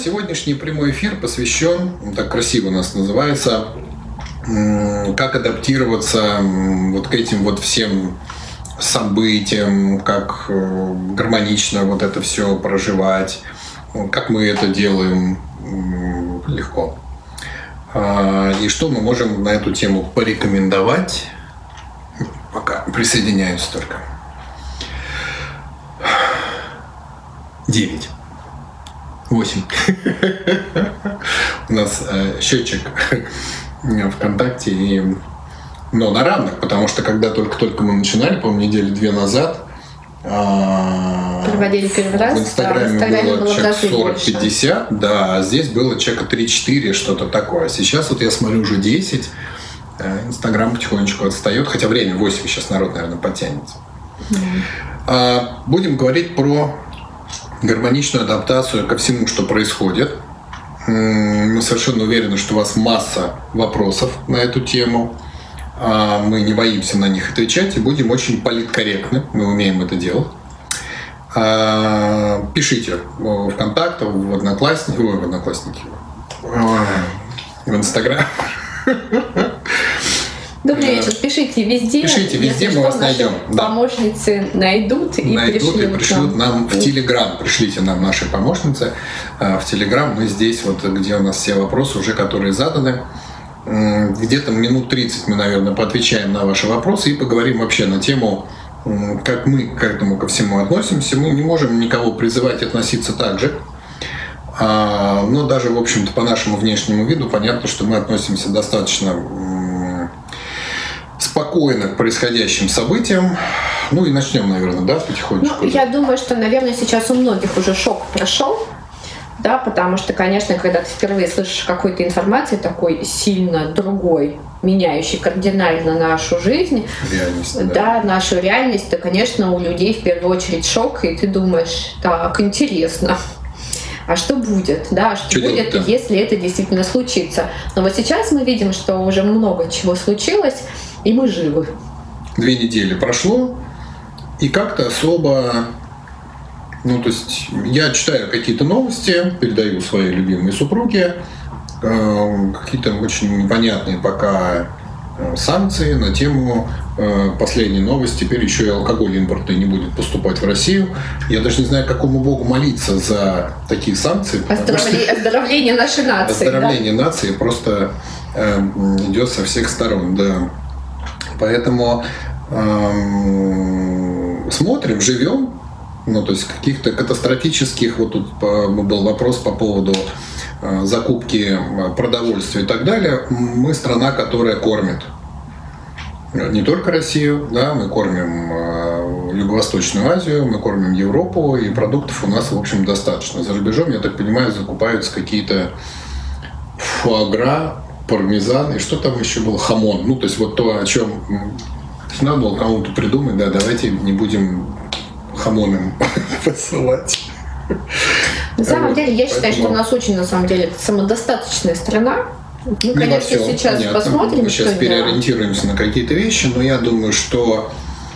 Сегодняшний прямой эфир посвящен, так красиво у нас называется, как адаптироваться вот к этим вот всем событиям, как гармонично вот это все проживать, как мы это делаем легко. И что мы можем на эту тему порекомендовать, пока присоединяюсь только. 9. 8. У нас счетчик ВКонтакте, но на равных, потому что когда только мы начинали, по-моему, недели 2 назад, проводили первый раз, в Инстаграме было человек 40-50, да, а здесь было человека 3-4, что-то такое. Сейчас вот я смотрю уже 10, Инстаграм потихонечку отстает, хотя время 8, сейчас народ, наверное, подтянется. Будем говорить про гармоничную адаптацию ко всему, что происходит. Мы совершенно уверены, что у вас масса вопросов на эту тему. Мы не боимся на них отвечать и будем очень политкорректны. Мы умеем это делать. Пишите в ВКонтакте, в Одноклассники, в Инстаграм. Добрый вечер. Пишите везде. Пишите везде, мы вас найдем. Помощницы найдут и пришлют нам в Телеграм. Пришлите нам наши помощницы в Телеграм. Мы здесь, вот где у нас все вопросы уже, которые заданы. Где-то минут 30 мы, наверное, поотвечаем на ваши вопросы и поговорим вообще на тему, как мы к этому ко всему относимся. Мы не можем никого призывать относиться так же. Но даже, в общем-то, по нашему внешнему виду понятно, что мы относимся достаточно спокойно к происходящим событиям. Ну и начнем, наверное, да, потихонечку. Я думаю, что, наверное, сейчас у многих уже шок прошел. Да, потому что, конечно, когда ты впервые слышишь какой-то информации такой сильно другой, меняющей кардинально нашу жизнь, реальность, да, нашу реальность, то, конечно, у людей в первую очередь шок, и ты думаешь, так, интересно, а что будет, да, что будет, делать-то, если это действительно случится. Но вот сейчас мы видим, что уже много чего случилось, и мы живы. 2 недели прошло, и как-то особо... Ну, то есть я читаю какие-то новости, передаю своей любимой супруге, какие-то очень непонятные пока санкции на тему последней новости. Теперь еще и алкоголь импортный не будет поступать в Россию. Я даже не знаю, какому богу молиться за такие санкции. Оздоровление нашей нации. Оздоровление нации просто идет со всех сторон, да. Поэтому смотрим, живем. Ну, то есть каких-то катастрофических, вот тут был вопрос по поводу закупки продовольствия и так далее. Мы страна, которая кормит не только Россию, да, мы кормим Юго-Восточную Азию, мы кормим Европу, и продуктов у нас, в общем, достаточно. За рубежом, я так понимаю, закупаются какие-то фуагра, пармезан, и что там еще было? Хамон. Ну, то есть вот то, о чем надо было кому-то придумать, да, давайте не будем хамоном посылать. На самом деле, я считаю, что у нас очень, на самом деле, самодостаточная страна. Ну, конечно, сейчас понятно. Посмотрим. Мы сейчас переориентируемся на какие-то вещи, но я думаю, что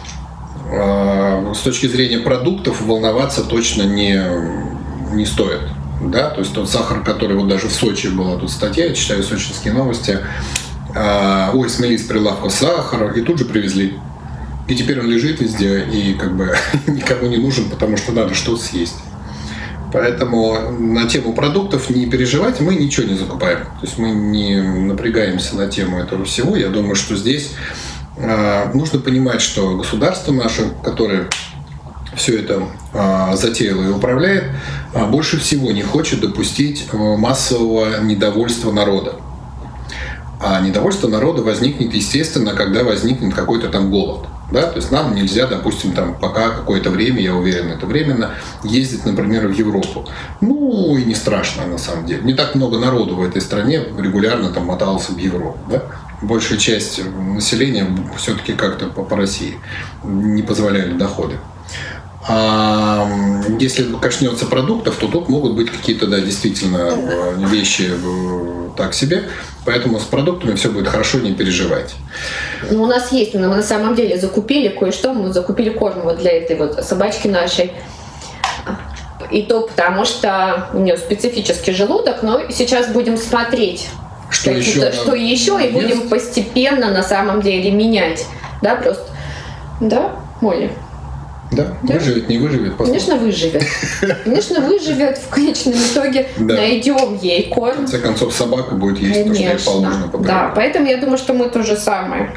с точки зрения продуктов волноваться точно не стоит. Да? То есть тот сахар, который вот даже в Сочи была тут статья, я читаю сочинские новости, смели с прилавка сахара, и тут же привезли. И теперь он лежит везде и как бы никому не нужен, потому что надо что-то съесть. Поэтому на тему продуктов не переживайте, мы ничего не закупаем. То есть мы не напрягаемся на тему этого всего. Я думаю, что здесь нужно понимать, что государство наше, которое все это затеяло и управляет, больше всего не хочет допустить массового недовольства народа. А недовольство народа возникнет, естественно, когда возникнет какой-то там голод. Да? То есть нам нельзя, допустим, там пока какое-то время, я уверен, это временно, ездить, например, в Европу. Ну и не страшно на самом деле. Не так много народу в этой стране регулярно там мотался в Европу. Да? Большая часть населения все-таки как-то по России не позволяли доходы. А если коснется продуктов, то тут могут быть какие-то, да, действительно вещи так себе. Поэтому с продуктами все будет хорошо, не переживайте. Ну, у нас есть, мы на самом деле закупили кое-что. Мы закупили корм вот для этой вот собачки нашей. и то потому, что у нее специфический желудок, но сейчас будем смотреть, что еще, и будем постепенно на самом деле менять. Да, просто. Да, Молли? Да? Выживет, не выживет? Конечно, выживет. Конечно, выживет. В конечном итоге найдем ей корм. В конце концов, собака будет есть то, что ей положено по природе. Да, поэтому я думаю, что мы то же самое.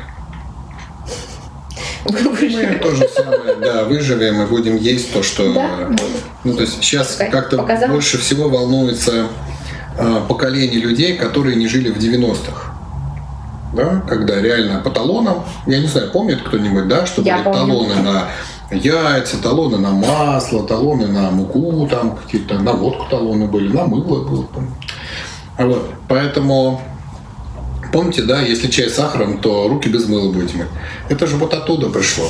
Мы то же самое, да, выживем и будем есть то, что... Ну, то есть сейчас как-то больше всего волнуется поколение людей, которые не жили в 90-х. Да, когда реально по талонам, я не знаю, помнит кто-нибудь, да, что были талоны на яйца, талоны на масло, талоны на муку, там какие-то, на водку талоны были, на мыло было. Вот. Поэтому помните, да, если чай с сахаром, то руки без мыла будете мыть. Это же вот оттуда пришло.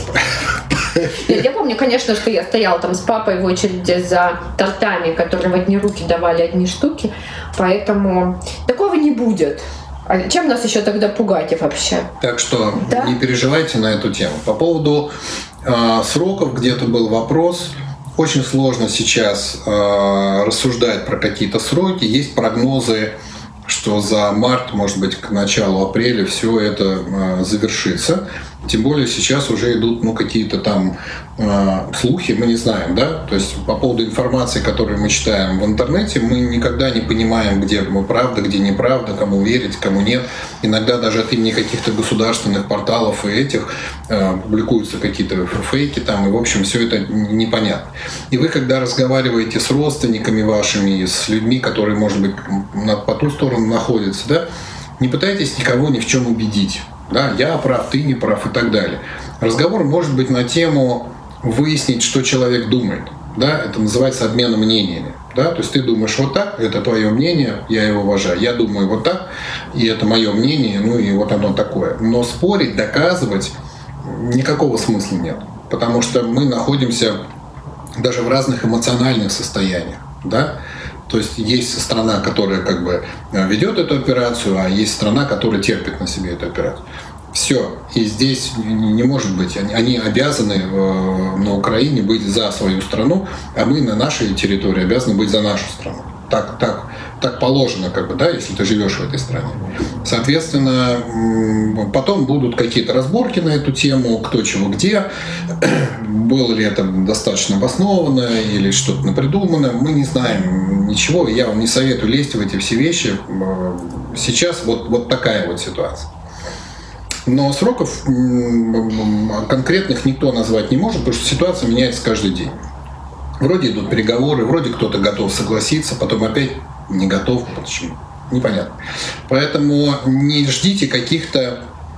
Я помню, конечно, что я стояла там с папой в очереди за тортами, которые в одни руки давали одни штуки, поэтому такого не будет. А чем нас еще тогда пугать вообще? Так что не переживайте на эту тему. По поводу сроков где-то был вопрос. Очень сложно сейчас рассуждать про какие-то сроки. Есть прогнозы, что за март, может быть, к началу апреля все это завершится. Тем более сейчас уже идут какие-то там слухи, мы не знаем, да? То есть по поводу информации, которую мы читаем в интернете, мы никогда не понимаем, где правда, где неправда, кому верить, кому нет. Иногда даже от имени каких-то государственных порталов и этих публикуются какие-то фейки там, и в общем все это непонятно. И вы, когда разговариваете с родственниками вашими, с людьми, которые, может быть, по ту сторону находятся, да, не пытайтесь никого ни в чем убедить. Да, я прав, ты не прав и так далее. Разговор может быть на тему выяснить, что человек думает. Да? Это называется обменом мнениями. Да? То есть ты думаешь вот так, это твое мнение, я его уважаю. Я думаю вот так, и это мое мнение, ну и вот оно такое. Но спорить, доказывать никакого смысла нет. Потому что мы находимся даже в разных эмоциональных состояниях. Да? То есть есть страна, которая как бы ведет эту операцию, а есть страна, которая терпит на себе эту операцию. Все. И здесь не может быть. Они обязаны на Украине быть за свою страну, а мы на нашей территории обязаны быть за нашу страну. Так положено, как бы, да, если ты живешь в этой стране. Соответственно, потом будут какие-то разборки на эту тему, кто чего где, было ли это достаточно обоснованно или что-то напридумано. Мы не знаем ничего, я вам не советую лезть в эти все вещи. Сейчас вот такая вот ситуация. Но сроков конкретных никто назвать не может, потому что ситуация меняется каждый день. Вроде идут переговоры, вроде кто-то готов согласиться, потом опять не готов. Почему? Непонятно. Поэтому не ждите каких-то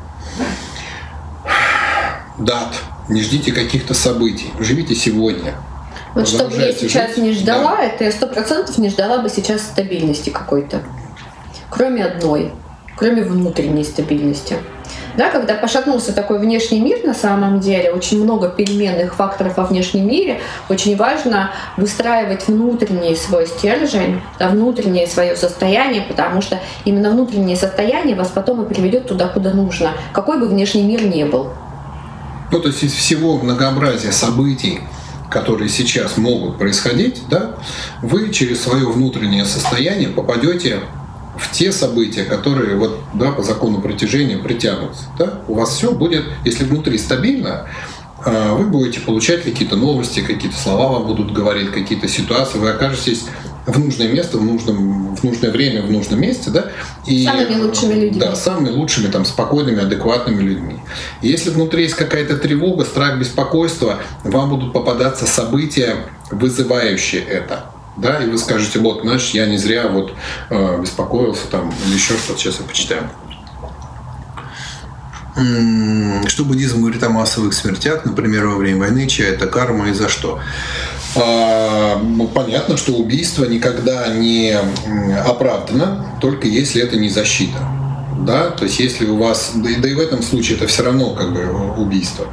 дат, не ждите каких-то событий. Живите сегодня. Вот что бы я сейчас не ждала, это я 100% не ждала бы сейчас стабильности какой-то. Кроме одной. Кроме внутренней стабильности. Да, когда пошатнулся такой внешний мир, на самом деле, очень много переменных факторов во внешнем мире, очень важно выстраивать внутренний свой стержень, да, внутреннее свое состояние, потому что именно внутреннее состояние вас потом и приведет туда, куда нужно, какой бы внешний мир ни был. Ну, то есть из всего многообразия событий, которые сейчас могут происходить, да, вы через свое внутреннее состояние попадете в те события, которые вот, да, по закону притяжения притянутся. Да? У вас все будет, если внутри стабильно, вы будете получать какие-то новости, какие-то слова вам будут говорить, какие-то ситуации, вы окажетесь в нужное место, в нужное время, в нужном месте, да? И, самыми лучшими людьми. Да, самыми лучшими, там, спокойными, адекватными людьми. И если внутри есть какая-то тревога, страх, беспокойство, вам будут попадаться события, вызывающие это. Да, и вы скажете, вот, знаешь, я не зря вот беспокоился там или еще что-то. Сейчас я почитаю. Что буддизм говорит о массовых смертях, например, во время войны, чья это карма и за что? Понятно, что убийство никогда не оправдано, только если это не защита. Да? То есть если у вас, да и в этом случае это все равно как бы убийство.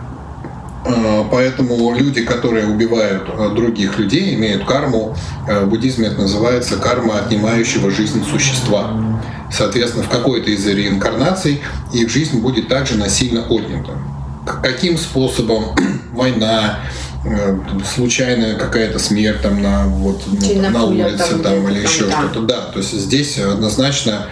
Поэтому люди, которые убивают других людей, имеют карму. В буддизме это называется карма отнимающего жизнь существа. Соответственно, в какой-то из реинкарнаций их жизнь будет также насильно отнята. Каким способом? Война, случайная какая-то смерть там на улице там, или еще что-то. Да, то есть здесь однозначно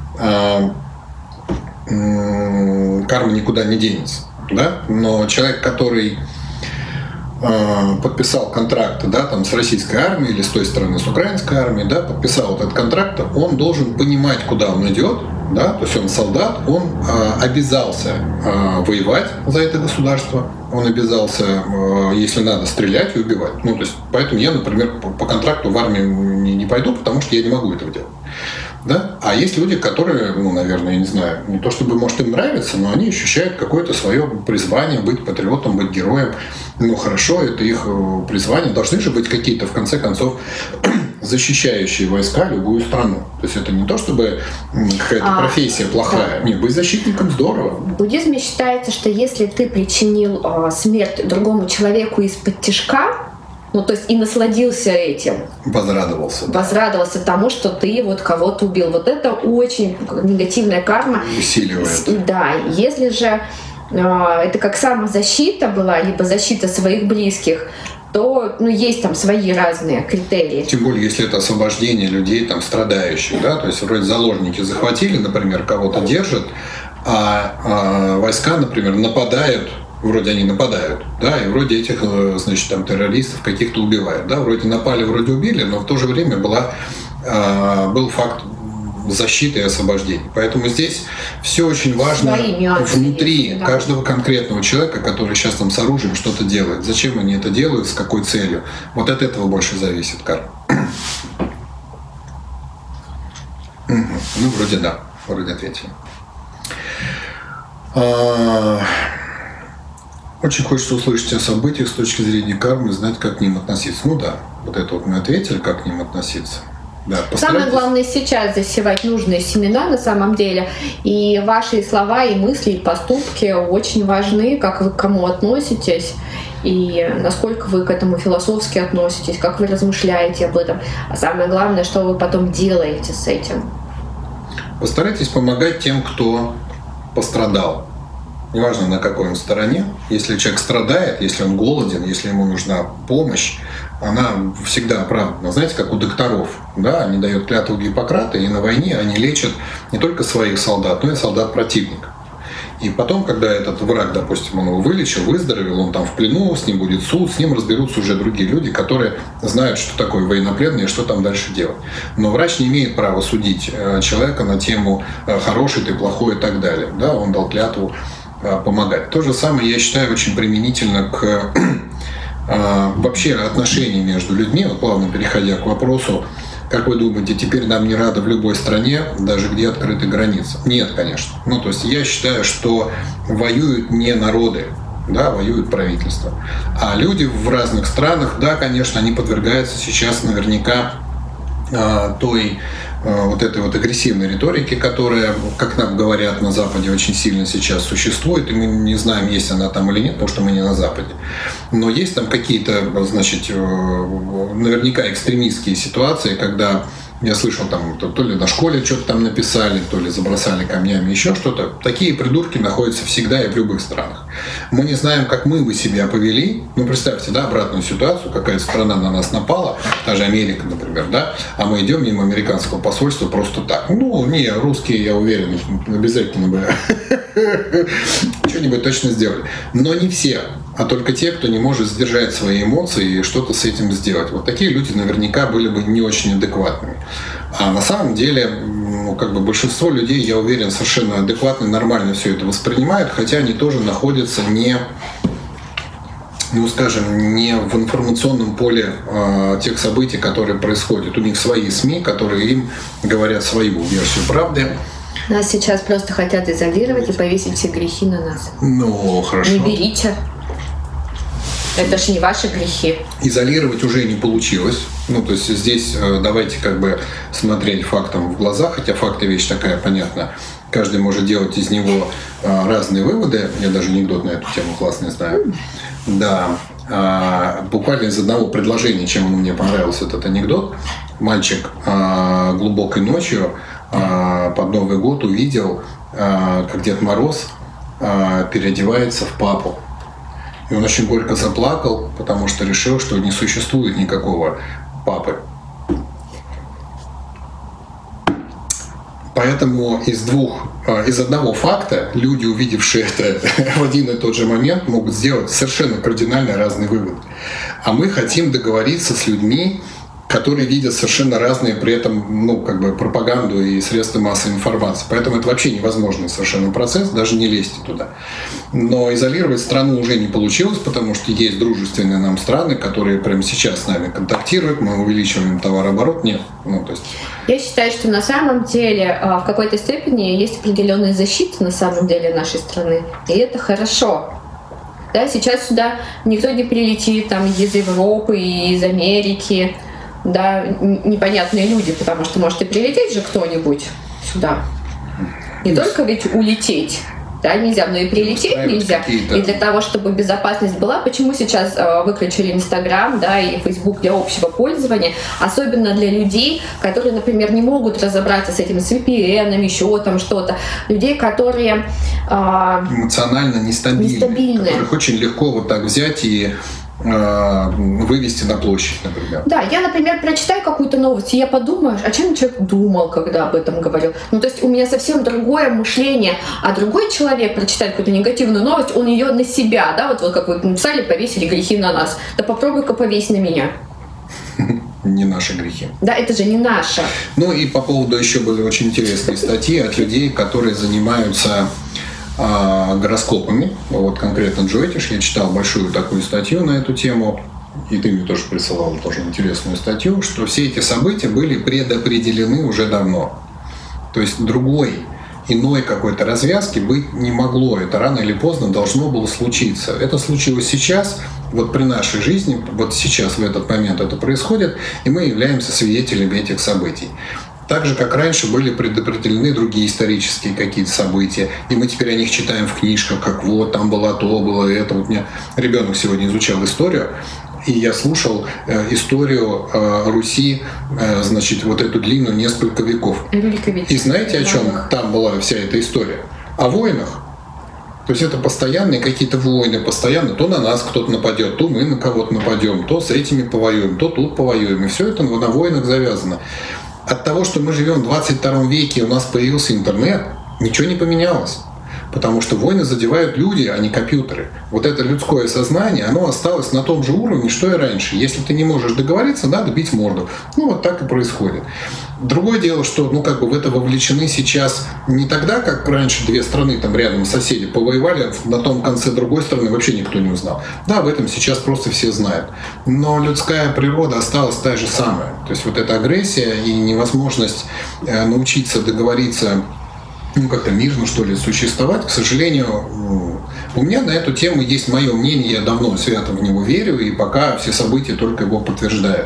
карма никуда не денется. Да? Но человек, который подписал контракт, да, там, с российской армией или с той стороны, с украинской армией, да, подписал этот контракт, он должен понимать, куда он идет, да, то есть он солдат, он обязался воевать за это государство, он обязался, если надо, стрелять и убивать. Ну, то есть, поэтому я, например, по контракту в армию не пойду, потому что я не могу этого делать. Да? А есть люди, которые, наверное, я не знаю, не то чтобы, может, им нравится, но они ощущают какое-то свое призвание быть патриотом, быть героем. Хорошо, это их призвание. Должны же быть какие-то, в конце концов, защищающие войска любую страну. То есть это не то, чтобы какая-то профессия плохая. Да. Нет, быть защитником здорово. В буддизме считается, что если ты причинил смерть другому человеку из-под тишка, то есть и насладился этим. Возрадовался тому, что ты кого-то убил. Это очень негативная карма. Усиливает. Да. Если же это как самозащита была, либо защита своих близких, то есть там свои разные критерии. Тем более, если это освобождение людей, там, страдающих, да, то есть вроде заложники захватили, например, кого-то держат, а войска, например, нападают. Вроде они нападают, да, и вроде этих, значит, там террористов каких-то убивают, да, вроде напали, вроде убили, но в то же время был факт защиты и освобождения. Поэтому здесь все очень важно внутри каждого конкретного человека, который сейчас там с оружием что-то делает. Зачем они это делают, с какой целью. Вот от этого больше зависит карма. Вроде да, вроде ответили. Очень хочется услышать о событиях с точки зрения кармы, знать, как к ним относиться. Вот это мы ответили, как к ним относиться. Да, самое главное сейчас засевать нужные семена на самом деле. И ваши слова, и мысли, и поступки очень важны, как вы к кому относитесь, и насколько вы к этому философски относитесь, как вы размышляете об этом. А самое главное, что вы потом делаете с этим. Постарайтесь помогать тем, кто пострадал. Неважно, на какой он стороне. Если человек страдает, если он голоден, если ему нужна помощь, она всегда оправдана. Знаете, как у докторов. Да? Они дают клятву Гиппократа, и на войне они лечат не только своих солдат, но и солдат противника. И потом, когда этот враг, допустим, он его вылечил, выздоровел, он там в плену, с ним будет суд, с ним разберутся уже другие люди, которые знают, что такое военнопленный и что там дальше делать. Но врач не имеет права судить человека на тему хороший ты, плохой и так далее. Да? Он дал клятву помогать. То же самое, я считаю, очень применительно к вообще отношениям между людьми. Плавно переходя к вопросу, как вы думаете, теперь нам не рады в любой стране, даже где открыты границы? Нет, конечно. То есть я считаю, что воюют не народы, да, воюют правительства. А люди в разных странах, да, конечно, они подвергаются сейчас наверняка той этой агрессивной риторики, которая, как нам говорят на Западе, очень сильно сейчас существует, и мы не знаем, есть она там или нет, потому что мы не на Западе. Но есть там какие-то, значит, наверняка экстремистские ситуации, когда я слышал, там, то ли на школе что-то там написали, то ли забросали камнями, еще что-то. Такие придурки находятся всегда и в любых странах. Мы не знаем, как мы бы себя повели. Представьте, да, обратную ситуацию, какая-то страна на нас напала, та же Америка, например, да, а мы идем мимо американского посольства просто так. Не, русские, я уверен, обязательно бы что-нибудь точно сделали. Но не все, а только те, кто не может сдержать свои эмоции и что-то с этим сделать. Вот такие люди наверняка были бы не очень адекватными. А на самом деле, большинство людей, я уверен, совершенно адекватно, нормально все это воспринимают, хотя они тоже находятся не в информационном поле тех событий, которые происходят. У них свои СМИ, которые им говорят свою версию правды. Нас сейчас просто хотят изолировать и повесить все грехи на нас. Хорошо. Не берите. Это ж не ваши грехи. Изолировать уже не получилось. То есть здесь давайте смотреть фактам в глаза, хотя факты вещь такая, понятно. Каждый может делать из него разные выводы. Я даже анекдот на эту тему классный знаю. Да. Буквально из одного предложения, чем он мне понравился, этот анекдот. Мальчик глубокой ночью под Новый год увидел, как Дед Мороз переодевается в папу. И он очень горько заплакал, потому что решил, что не существует никакого папы. Поэтому из одного факта люди, увидевшие это в один и тот же момент, могут сделать совершенно кардинально разный вывод. А мы хотим договориться с людьми, которые видят совершенно разные при этом, пропаганду и средства массовой информации. Поэтому это вообще невозможный совершенно процесс, даже не лезьте туда. Но изолировать страну уже не получилось, потому что есть дружественные нам страны, которые прямо сейчас с нами контактируют, мы увеличиваем товарооборот. Нет. Я считаю, что на самом деле в какой-то степени есть определенная защита на самом деле нашей страны, и это хорошо. Да, сейчас сюда никто не прилетит из Европы и из Америки, да, непонятные люди, потому что может и прилететь же кто-нибудь сюда. Не только ведь улететь, да, нельзя, но и прилететь нельзя. И для того, чтобы безопасность была, почему сейчас выключили Инстаграм, да, и Фейсбук для общего пользования, особенно для людей, которые, например, не могут разобраться с этим, с VPN, еще что-то. Людей, которые эмоционально нестабильны. Которых очень легко вот так взять и вывести на площадь, например. Да, я, например, прочитаю какую-то новость, и я подумаю, о чем человек думал, когда об этом говорил. То есть у меня совсем другое мышление, а другой человек прочитает какую-то негативную новость, он ее на себя, да, вот как вы написали, повесили грехи на нас. Да попробуй-ка повесь на меня. Не наши грехи. Да, это же не наше. И по поводу еще были очень интересные статьи от людей, которые занимаются гороскопами. Вот конкретно Джойтиш, я читал большую такую статью на эту тему, и ты мне тоже присылал тоже интересную статью, что все эти события были предопределены уже давно. То есть иной какой-то развязки быть не могло. Это рано или поздно должно было случиться. Это случилось сейчас, вот при нашей жизни, вот сейчас в этот момент это происходит, и мы являемся свидетелями этих событий. Так же, как раньше были предопределены другие исторические какие-то события, и мы теперь о них читаем в книжках, как вот там было то, было это. Вот у меня ребенок сегодня изучал историю, и я слушал историю Руси, вот эту длинную несколько веков. И знаете, о чем там была вся эта история? О войнах. То есть это постоянные какие-то войны, постоянно то на нас кто-то нападет, то мы на кого-то нападем, то с этими повоюем, то тут повоюем. И все это на войнах завязано. От того, что мы живем в 22 веке, у нас появился интернет, ничего не поменялось. Потому что войны задевают люди, а не компьютеры. Вот это людское сознание, оно осталось на том же уровне, что и раньше. Если ты не можешь договориться, надо бить морду. Вот так и происходит. Другое дело, что в это вовлечены сейчас не тогда, как раньше две страны рядом соседи повоевали, на том конце другой страны вообще никто не узнал. Да, об этом сейчас просто все знают. Но людская природа осталась та же самая. То есть вот эта агрессия и невозможность научиться договориться как-то мирно, что ли, существовать, к сожалению, у меня на эту тему есть мое мнение, я давно свято в него верю, и пока все события только его подтверждают.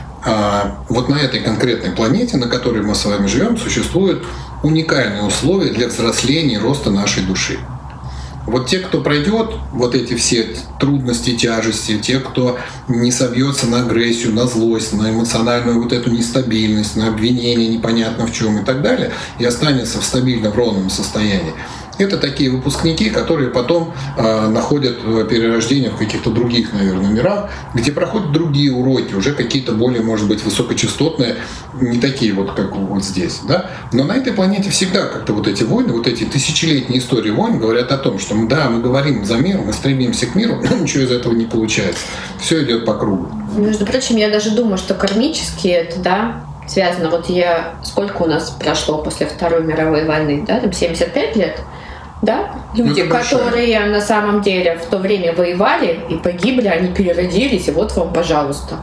А вот на этой конкретной планете, на которой мы с вами живем, существуют уникальные условия для взросления и роста нашей души. Вот те, кто пройдет вот эти все трудности, тяжести, те, кто не собьется на агрессию, на злость, на эмоциональную вот эту нестабильность, на обвинение непонятно в чем и так далее, и останется в стабильно ровном состоянии, это такие выпускники, которые потом находят перерождение в каких-то других, наверное, мирах, где проходят другие уроки, уже какие-то более, может быть, высокочастотные, не такие вот, как вот здесь. Да? Но на этой планете всегда как-то вот эти войны, вот эти тысячелетние истории войн говорят о том, что да, мы говорим за мир, мы стремимся к миру, но ничего из этого не получается. Все идет по кругу. Между прочим, я даже думаю, что кармически это, да, связано. Вот сколько у нас прошло после Второй мировой войны, да, 75 лет? Да? Люди, которые на самом деле в то время воевали и погибли, они переродились, и вот вам, пожалуйста.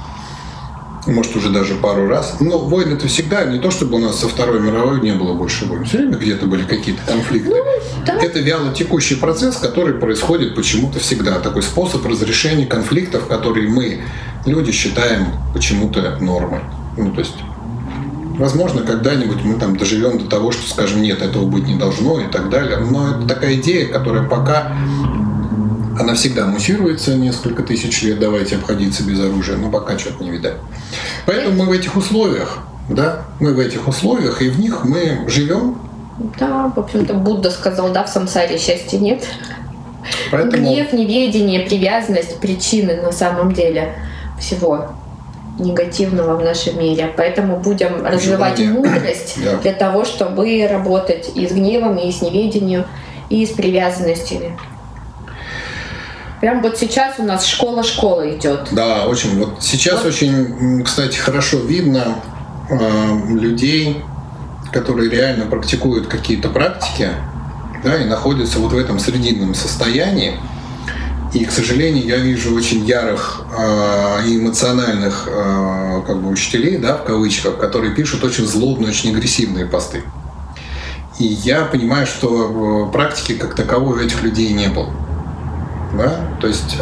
Может, уже даже пару раз. Но войны-то всегда, не то чтобы у нас со Второй мировой не было больше войн. Все время где-то были какие-то конфликты. Да. Это вяло текущий процесс, который происходит почему-то всегда. Такой способ разрешения конфликтов, который мы, люди, считаем почему-то нормой. То есть, возможно, когда-нибудь мы доживем до того, что скажем, нет, этого быть не должно и так далее. Но это такая идея, которая пока, она всегда муссируется несколько тысяч лет, давайте обходиться без оружия, но пока что-то не видать. Поэтому мы в этих условиях, да, и в них мы живем. Да, в общем-то, Будда сказал, да, в самсаре счастья нет. Поэтому... Гнев, неведение, привязанность, причины на самом деле всего негативного в нашем мире. Поэтому будем развивать мудрость для того, чтобы работать и с гневом, и с неведением, и с привязанностями. Прям вот сейчас у нас школа идет. Да, очень. Вот сейчас очень, кстати, хорошо видно людей, которые реально практикуют какие-то практики, да, и находятся вот в этом срединном состоянии. И, к сожалению, я вижу очень ярых и эмоциональных как бы учителей, да, в кавычках, которые пишут очень злобные, очень агрессивные посты. И я понимаю, что практики как таковой у этих людей не было. Да? То есть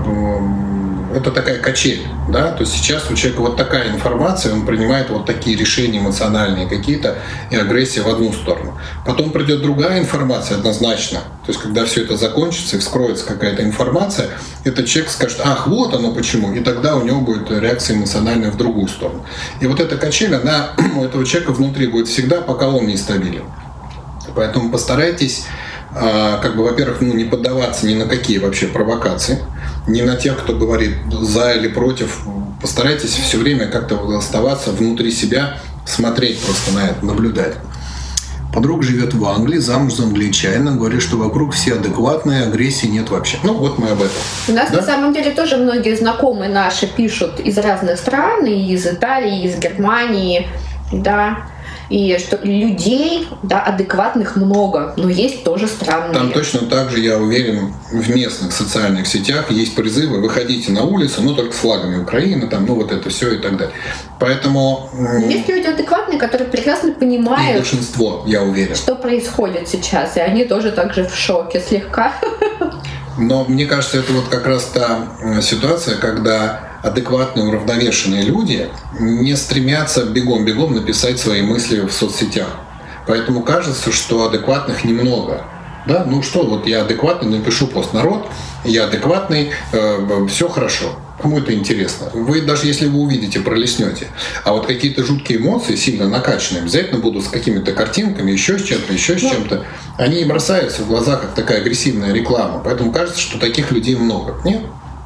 это такая качель. Да? То есть сейчас у человека вот такая информация, он принимает вот такие решения эмоциональные какие-то и агрессия в одну сторону. Потом придет другая информация однозначно. То есть когда все это закончится и вскроется какая-то информация, этот человек скажет: ах, вот оно почему. И тогда у него будет реакция эмоциональная в другую сторону. И вот эта качель, она у этого человека внутри будет всегда, пока он не стабилен. Поэтому постарайтесь, как бы, во-первых, не поддаваться ни на какие вообще провокации, ни на тех, кто говорит за или против. Постарайтесь все время как-то оставаться внутри себя, смотреть просто на это, наблюдать. Подруга живет в Англии, замуж за англичанина, говорит, что вокруг все адекватные, агрессии нет вообще. Ну, вот мы об этом. У нас, да? На самом деле тоже многие знакомые наши пишут из разных стран, и из Италии, и из Германии, да. И что людей, да, адекватных много, но есть тоже странные. Там точно так же, я уверен, в местных социальных сетях есть призывы: выходите на улицу, но только с флагами Украины, там, ну вот это все и так далее. Поэтому... Есть люди адекватные, которые прекрасно понимают, и большинство, я уверен, что происходит сейчас, и они тоже так же в шоке слегка. Но мне кажется, это вот как раз та ситуация, когда адекватные, уравновешенные люди не стремятся бегом-бегом написать свои мысли в соцсетях. Поэтому кажется, что адекватных немного. Да? Ну что, вот я адекватный, напишу пост: народ, я адекватный, все хорошо. Кому это интересно? Вы даже если вы увидите, пролистнете. А вот какие-то жуткие эмоции, сильно накачанные, обязательно будут с какими-то картинками, еще с чем-то, еще с чем-то. Они бросаются в глаза, как такая агрессивная реклама. Поэтому кажется, что таких людей много. Нет?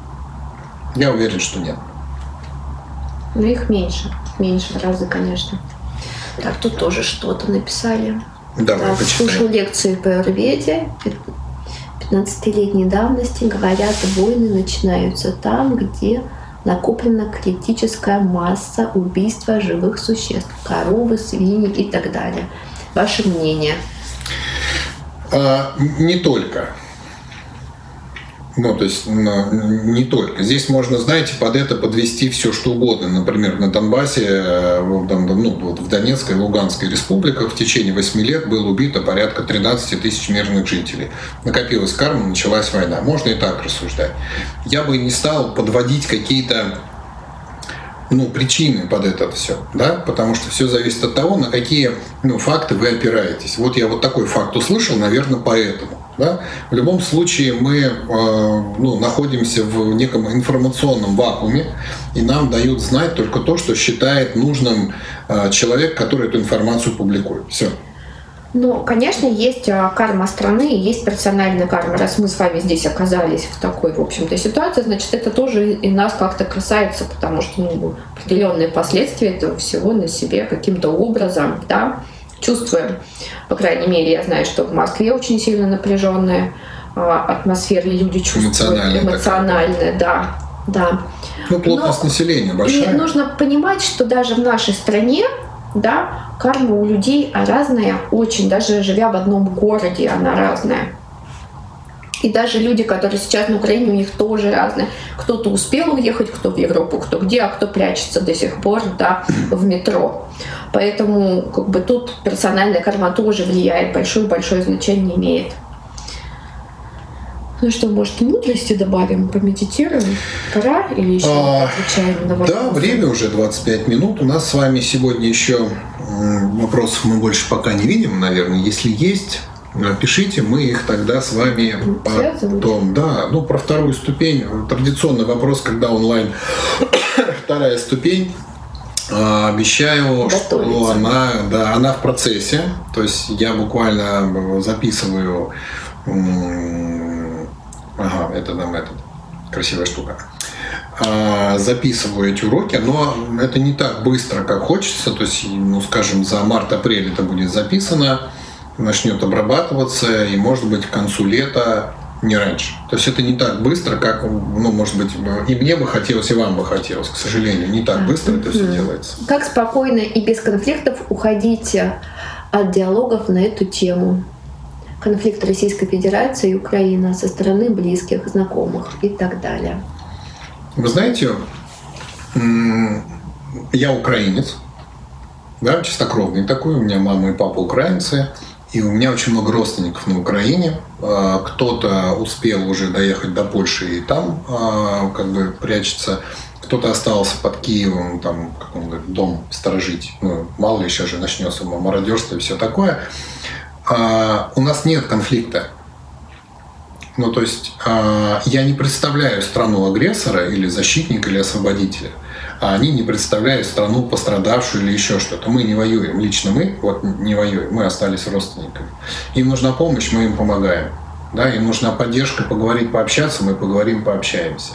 Я уверен, что нет. Но их меньше в разы, конечно. Так, тут тоже что-то написали. Давай, почитаем. Слушал лекции по аюрведе 15-летней давности. Говорят, войны начинаются там, где накоплена критическая масса убийства живых существ. Коровы, свиньи и так далее. Ваше мнение? Не только. Ну, то есть не только. Здесь можно, знаете, под это подвести все, что угодно. Например, на Донбассе, в Донецкой и Луганской республиках в течение 8 лет было убито порядка 13 тысяч мирных жителей. Накопилась карма, началась война. Можно и так рассуждать. Я бы не стал подводить какие-то причины под это все, да, потому что все зависит от того, на какие факты вы опираетесь. Вот я вот такой факт услышал, наверное, поэтому. Да? В любом случае мы находимся в неком информационном вакууме, и нам дают знать только то, что считает нужным человек, который эту информацию публикует. Все. Ну, конечно, есть карма страны, есть персональная карма. Раз мы с вами здесь оказались в такой, в общем-то, ситуации, значит, это тоже и нас как-то касается, потому что определенные последствия этого всего на себе каким-то образом, да, чувствуем. По крайней мере, я знаю, что в Москве очень сильно напряженная атмосфера, и люди чувствуют эмоциональная, да. Плотность населения большая. И нужно понимать, что даже в нашей стране, да, карма у людей разная очень, даже живя в одном городе, она разная. И даже люди, которые сейчас на Украине, у них тоже разные. Кто-то успел уехать, кто в Европу, кто где, а кто прячется до сих пор, да, в метро. Поэтому тут персональная карма тоже влияет, большое значение имеет. Ну что, может, мудрости добавим, помедитируем? Пора или еще отвечаем на вопросы? Да, время уже 25 минут. У нас с вами сегодня еще вопросов мы больше пока не видим, наверное. Если есть, пишите, мы их тогда с вами потом. Да, про вторую ступень. Традиционный вопрос, когда онлайн. Вторая ступень. Обещаю, что она в процессе. То есть я буквально записываю методом красивая штука. Записываю эти уроки, но это не так быстро, как хочется. То есть, скажем, за март-апрель это будет записано, начнет обрабатываться, и, может быть, к концу лета, не раньше. То есть это не так быстро, как, может быть, и мне бы хотелось, и вам бы хотелось. К сожалению, не так быстро это все делается. Как спокойно и без конфликтов уходить от диалогов на эту тему? Конфликт Российской Федерации и Украины со стороны близких, знакомых и так далее. Вы знаете, я украинец, да, чистокровный такой, у меня мама и папа украинцы, и у меня очень много родственников на Украине. Кто-то успел уже доехать до Польши и там прячется, кто-то остался под Киевом, там какой-то дом сторожить. Мало ли сейчас же начнется мародерство и все такое. У нас нет конфликта. То есть я не представляю страну агрессора или защитника, или освободителя, а они не представляют страну пострадавшую или еще что-то. Мы не воюем, лично мы не воюем, мы остались родственниками. Им нужна помощь, мы им помогаем. Да? Им нужна поддержка, поговорить, пообщаться, мы поговорим, пообщаемся.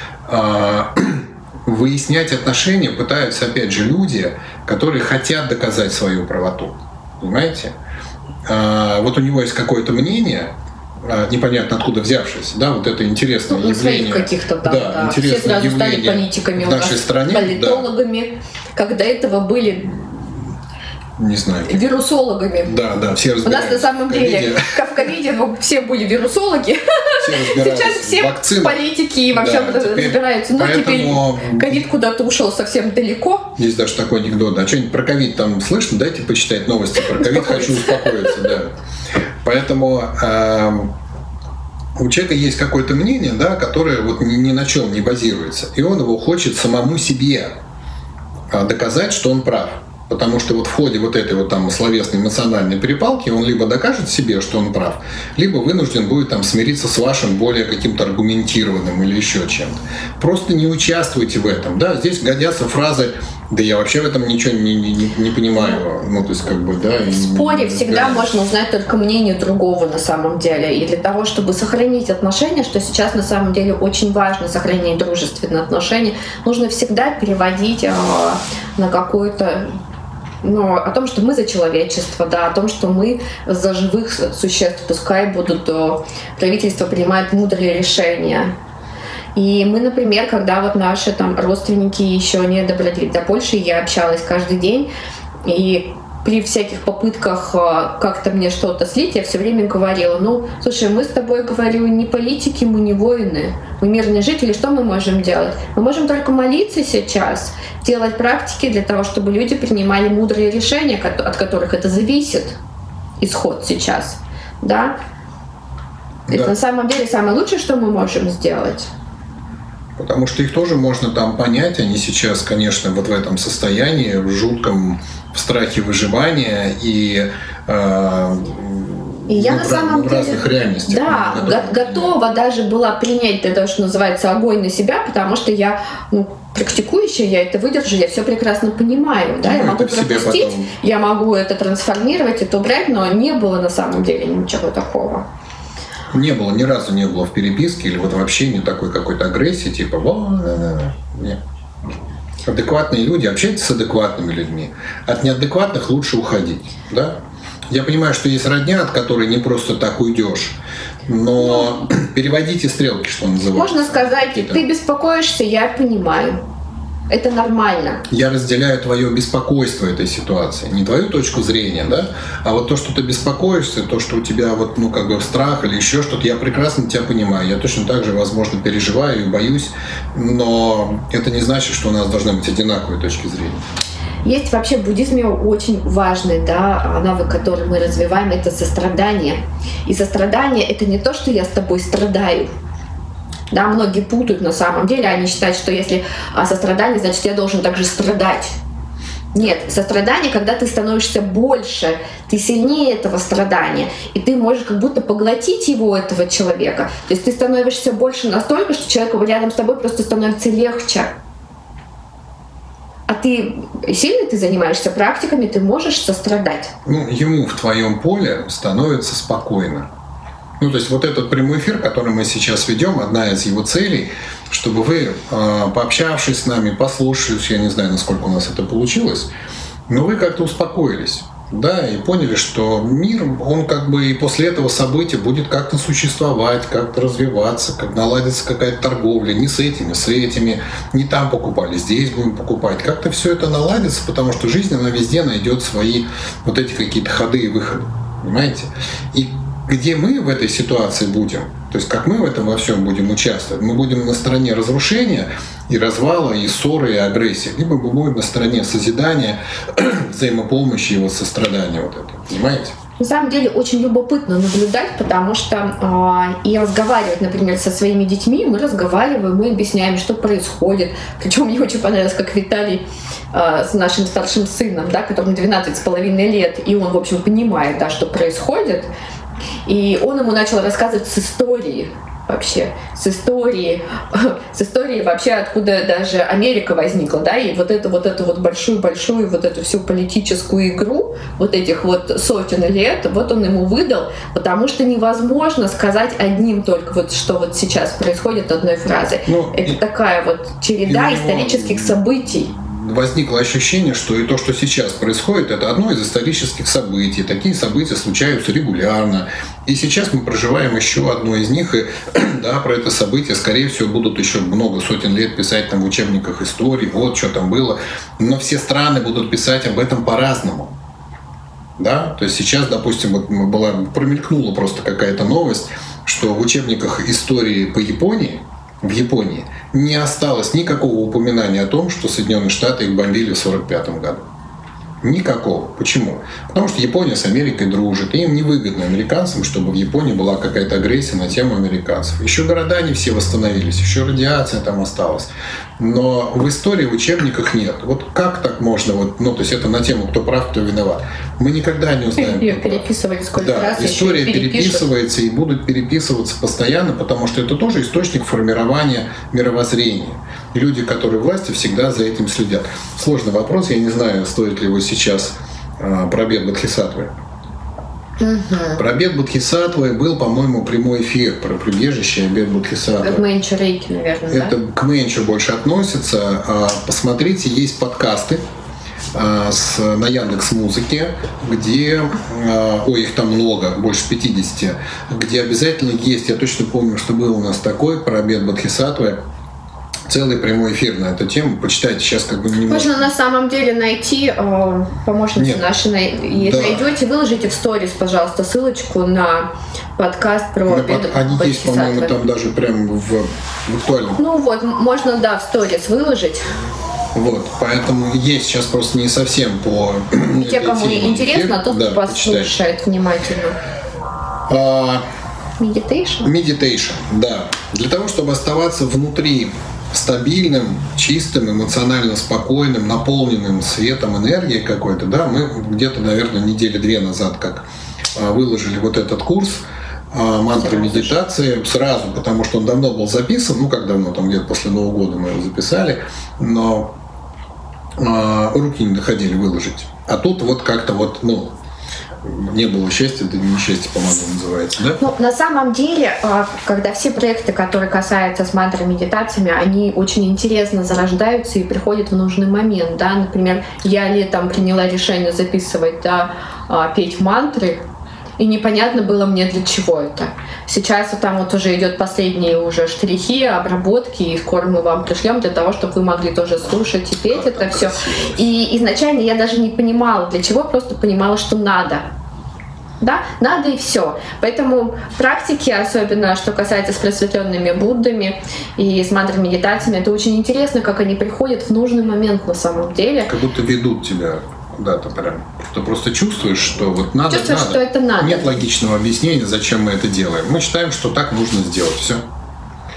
Выяснять отношения пытаются, опять же, люди, которые хотят доказать свою правоту. Понимаете? У него есть какое-то мнение, непонятно откуда взявшееся, да, это интересное явление. Каких-то там, да. Все сразу стали политиками в нашей стране, политологами, как до этого были, не знаю, вирусологами. Да, все разбираются. У нас на самом деле, как в ковиде, все были вирусологи. Сейчас все политики и вообще разбираются. Но теперь ковид куда-то ушел совсем далеко. Есть даже такой анекдот. Что-нибудь про ковид там слышно? Дайте почитать новости про ковид. Хочу успокоиться, да. Поэтому у человека есть какое-то мнение, да, которое ни на чем не базируется. И он его хочет самому себе доказать, что он прав. Потому что в ходе этой словесной эмоциональной перепалки он либо докажет себе, что он прав, либо вынужден будет смириться с вашим более каким-то аргументированным или еще чем-то. Просто не участвуйте в этом. Да? Здесь годятся фразы: да я вообще в этом ничего не понимаю. В споре всегда можно узнать только мнение другого на самом деле. И для того, чтобы сохранить отношения, что сейчас на самом деле очень важно, сохранить дружественные отношения, нужно всегда переводить на какую-то о том, что мы за человечество, да, о том, что мы за живых существ, пускай правительство принимает мудрые решения. И мы, например, когда наши родственники еще не добрались до Польши, я общалась каждый день, и при всяких попытках как-то мне что-то слить, я все время говорила: слушай, мы с тобой, говорю, не политики, мы не воины, мы мирные жители, что мы можем делать? Мы можем только молиться сейчас, делать практики для того, чтобы люди принимали мудрые решения, от которых это зависит, исход сейчас, да? Это на самом деле самое лучшее, что мы можем сделать. Потому что их тоже можно понять, они сейчас, конечно, в этом состоянии, в жутком страхе выживания и я на самом деле разных реальностях. Да, готова даже была принять то, что называется, огонь на себя, потому что я практикующая, я это выдержу, я все прекрасно понимаю. Да? Я могу пропустить, я могу это трансформировать, это убрать, но не было на самом деле ничего такого. Не было, ни разу не было в переписке или вообще не такой какой-то агрессии, типа нет. Адекватные люди, общайтесь с адекватными людьми. От неадекватных лучше уходить, да? Я понимаю, что есть родня, от которой не просто так уйдешь, но переводите стрелки, что называется. Можно сказать, ты беспокоишься, я понимаю. Это нормально. Я разделяю твое беспокойство этой ситуации. Не твою точку зрения, да? А то, что ты беспокоишься, то, что у тебя страх или еще что-то, я прекрасно тебя понимаю. Я точно так же, возможно, переживаю и боюсь, но это не значит, что у нас должны быть одинаковые точки зрения. Есть вообще в буддизме очень важный навык, который мы развиваем, это сострадание. И сострадание — это не то, что я с тобой страдаю. Да, многие путают на самом деле, они считают, что если сострадание, значит, я должен также страдать. Нет, сострадание, когда ты становишься больше, ты сильнее этого страдания, и ты можешь как будто поглотить его, этого человека. То есть ты становишься больше настолько, что человеку рядом с тобой просто становится легче. А ты сильно занимаешься практиками, ты можешь сострадать. Ему в твоем поле становится спокойно. Ну, то есть вот этот прямой эфир, который мы сейчас ведем, одна из его целей, чтобы вы, пообщавшись с нами, послушались, я не знаю, насколько у нас это получилось, но вы как-то успокоились. Да, и поняли, что мир, он как бы и после этого события будет как-то существовать, как-то развиваться, как наладится какая-то торговля, не с этими, не там покупали, здесь будем покупать. Как-то все это наладится, потому что жизнь, она везде найдет свои вот эти какие-то ходы и выходы, понимаете? И где мы в этой ситуации будем, то есть как мы в этом во всем будем участвовать, мы будем на стороне разрушения и развала, и ссоры, и агрессии, либо мы будем на стороне созидания, взаимопомощи и вот сострадания вот этого, понимаете? На самом деле очень любопытно наблюдать, потому что и разговаривать, например, со своими детьми, мы разговариваем, мы объясняем, что происходит. Причем мне очень понравилось, как Виталий с нашим старшим сыном, да, которому 12,5 лет, и он, в общем, понимает, да, что происходит. И он ему начал рассказывать с истории вообще, с истории вообще, откуда даже Америка возникла, да, и вот эту большую вот эту всю политическую игру вот этих вот сотен лет, вот он ему выдал, потому что невозможно сказать одним только вот, что вот сейчас происходит одной фразой. Это такая вот череда исторических событий. Возникло ощущение, что и то, что сейчас происходит, это одно из исторических событий. Такие события случаются регулярно. И сейчас мы проживаем еще одно из них. И да, про это событие, скорее всего, будут еще много сотен лет писать там в учебниках истории, вот что там было. Но все страны будут писать об этом по-разному. Да? То есть сейчас, допустим, вот промелькнула просто какая-то новость, что в учебниках истории по Японии, в Японии не осталось никакого упоминания о том, что Соединенные Штаты их бомбили в 1945 году. Никакого. Почему? Потому что Япония с Америкой дружит, и им невыгодно американцам, чтобы в Японии была какая-то агрессия на тему американцев. Еще города не все восстановились, еще радиация там осталась. Но в истории, в учебниках нет. Вот как так можно, то есть это на тему «Кто прав, кто виноват». Мы никогда не узнаем. Ее переписывали сколько раз. История переписывается и будут переписываться постоянно, потому что это тоже источник формирования мировоззрения. И люди, которые у власти, всегда за этим следят. Сложный вопрос, я не знаю, стоит ли его сейчас про обед Бодхисаттвы. Про обед Бодхисаттвы был, по-моему, прямой эфир про прибежище обед Бодхисаттвы. К Менчу Рейки, наверное, это да? К Менчу больше относится. Посмотрите, есть подкасты на Яндекс.Музыке, где, их там много, больше 50, где обязательно есть, я точно помню, что был у нас такой про обед Бодхисаттвы, целый прямой эфир на эту тему. Почитайте, сейчас как бы немного. Можно на самом деле найти, помощницы наши, найдете, выложите в сторис, пожалуйста, ссылочку на подкаст про обед. Они есть, по-моему, там даже прям в актуальном. Можно, в сторис выложить. Поэтому есть сейчас просто не совсем по те, кому интересно, тот послушает внимательно. Meditation, да. Для того, чтобы оставаться внутри стабильным, чистым, эмоционально спокойным, наполненным светом, энергией какой-то, да, мы где-то, наверное, недели 2 назад как выложили вот этот курс мантры медитации сразу, потому что он давно был записан, как давно, там где-то после Нового года мы его записали, но руки не доходили выложить. А тут как-то не было счастья, да несчастье, по-моему, называется, да? На самом деле, когда все проекты, которые касаются с мантрой-медитациями, они очень интересно зарождаются и приходят в нужный момент, да. Например, я летом приняла решение записывать, петь мантры, и непонятно было мне, для чего это. Сейчас там уже идет последние уже штрихи, обработки, и скоро мы вам пришлем для того, чтобы вы могли тоже слушать и петь это все. И изначально я даже не понимала, для чего, просто понимала, что надо. Да, надо и все. Поэтому практики, особенно что касается с просветленными Буддами и с мантрами-медитациями, это очень интересно, как они приходят в нужный момент на самом деле. Как будто ведут тебя куда-то прям. Ты просто чувствуешь, что надо. Чувствуешь, что это надо. Нет логичного объяснения, зачем мы это делаем. Мы считаем, что так нужно сделать. Все.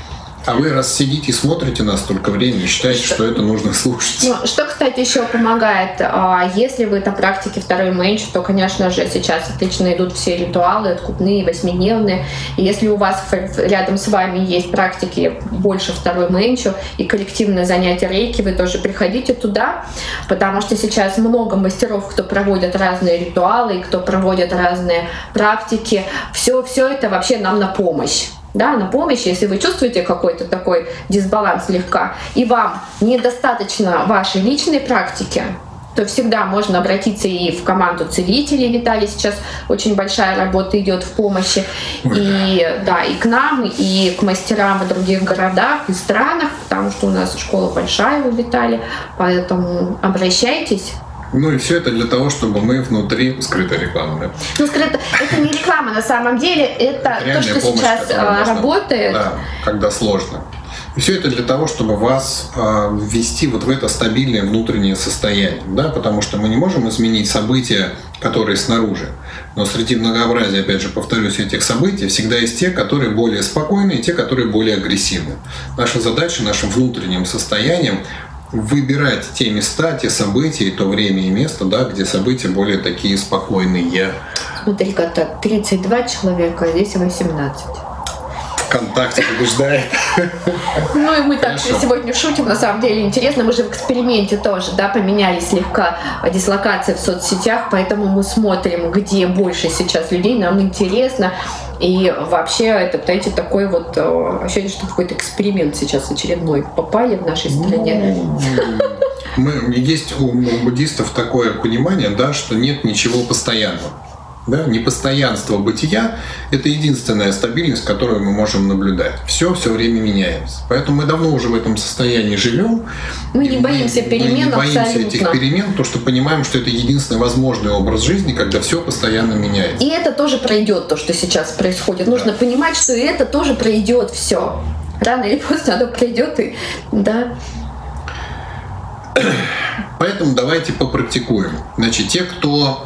А вы раз сидите и смотрите нас столько времени, считаете, что это нужно слушать? Ну, что, кстати, еще помогает, если вы на практике второй мэнч, то, конечно же, сейчас отлично идут все ритуалы, откупные, 8-дневные. И если у вас рядом с вами есть практики больше второй мэнчу и коллективное занятие рейки, вы тоже приходите туда, потому что сейчас много мастеров, кто проводит разные ритуалы, кто проводит разные практики. Все это вообще нам на помощь. Да, на помощь, если вы чувствуете какой-то такой дисбаланс слегка, и вам недостаточно вашей личной практики, то всегда можно обратиться и в команду целителей. Виталий, сейчас очень большая работа идет в помощи. И к нам, и к мастерам в других городах и странах, потому что у нас школа большая у Виталия, поэтому обращайтесь. Ну и все это для того, чтобы мы внутри скрытой рекламы. Да? Ну, это не реклама на самом деле, это то, что помощь, сейчас работает. Да, когда сложно. И все это для того, чтобы вас ввести вот в это стабильное внутреннее состояние. Да? Потому что мы не можем изменить события, которые снаружи. Но среди многообразия, опять же, повторюсь, этих событий всегда есть те, которые более спокойны, и те, которые более агрессивны. Наша задача нашим внутренним состоянием выбирать те места, те события, то время и место, да, где события более такие спокойные. Смотри-ка, 32 человека, а здесь 18. ВКонтакте побеждает. Ну и мы так сегодня шутим, на самом деле интересно. Мы же в эксперименте тоже, да, поменяли слегка дислокации в соцсетях, поэтому мы смотрим, где больше сейчас людей, нам интересно. И вообще, это, знаете, такой вот ощущение, что какой-то эксперимент сейчас очередной попали в нашей стране. Есть у буддистов такое понимание, да, что нет ничего постоянного. Да? Непостоянство бытия – это единственная стабильность, которую мы можем наблюдать. Все время меняется. Поэтому мы давно уже в этом состоянии живем. Мы не боимся перемен, мы не боимся этих перемен, потому что понимаем, что это единственный возможный образ жизни, когда все постоянно меняется. И это тоже пройдет, то, что сейчас происходит. Нужно понимать, что это тоже пройдет все. Рано или поздно оно пройдет. Да. Поэтому давайте попрактикуем. Значит, те, кто...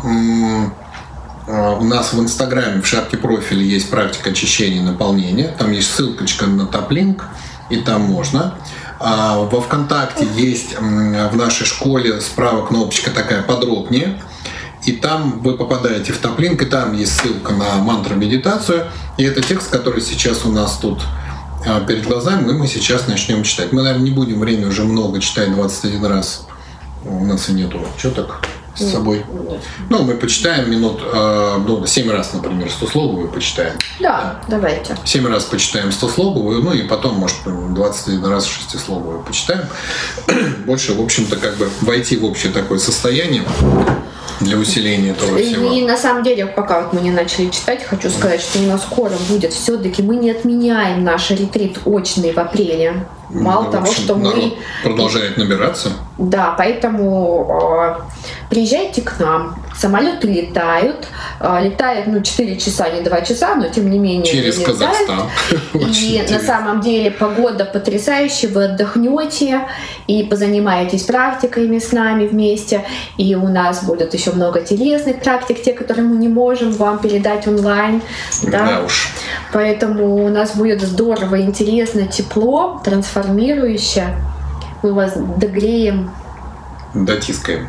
У нас в Инстаграме в шапке профиля есть практика очищения и наполнения. Там есть ссылочка на топлинк, и там можно. А во ВКонтакте есть в нашей школе справа кнопочка такая подробнее. И там вы попадаете в топлинк, и там есть ссылка на мантру-медитацию. И это текст, который сейчас у нас тут перед глазами, и мы сейчас начнем читать. Мы, наверное, не будем время уже много читать 21 раз. У нас и нету чёток с собой. Ну, мы почитаем минут 7 раз, например, 100-словую почитаем. Да, давайте. 7 раз почитаем 100-словую, ну и потом, может, 21 раз 6-словую почитаем. Больше, в общем-то, как бы войти в общее такое состояние для усиления этого всего. И на самом деле, пока вот мы не начали читать, хочу сказать, что у нас скоро будет. Все-таки мы не отменяем наш ретрит очный в апреле. Мало того, что мы... продолжает набираться. Да, поэтому приезжайте к нам. Самолеты летают. Летают 4 часа, не 2 часа, но тем не менее через летают. Казахстан. И на самом деле погода потрясающая. Вы отдохнете и позанимаетесь практиками с нами вместе. И у нас будет еще много телесных практик, те, которые мы не можем вам передать онлайн. Да уж. Поэтому у нас будет здорово, интересно, тепло, трансформирующе. Мы вас догреем. Дотискаем.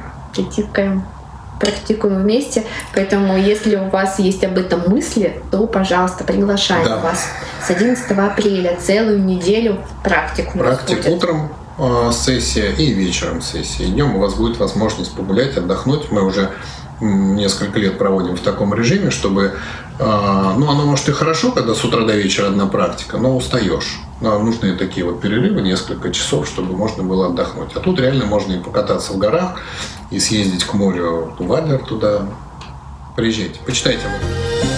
Практикуем вместе. Поэтому, если у вас есть об этом мысли, то, пожалуйста, приглашаем вас с 11 апреля целую неделю практику. Практик утром сессия и вечером сессия. И днем у вас будет возможность погулять, отдохнуть. Мы уже несколько лет проводим в таком режиме, чтобы... оно может и хорошо, когда с утра до вечера одна практика, но устаешь. Нам нужны такие вот перерывы, несколько часов, чтобы можно было отдохнуть. А тут реально можно и покататься в горах, и съездить к морю в Адлер туда. Приезжайте, почитайте об этом.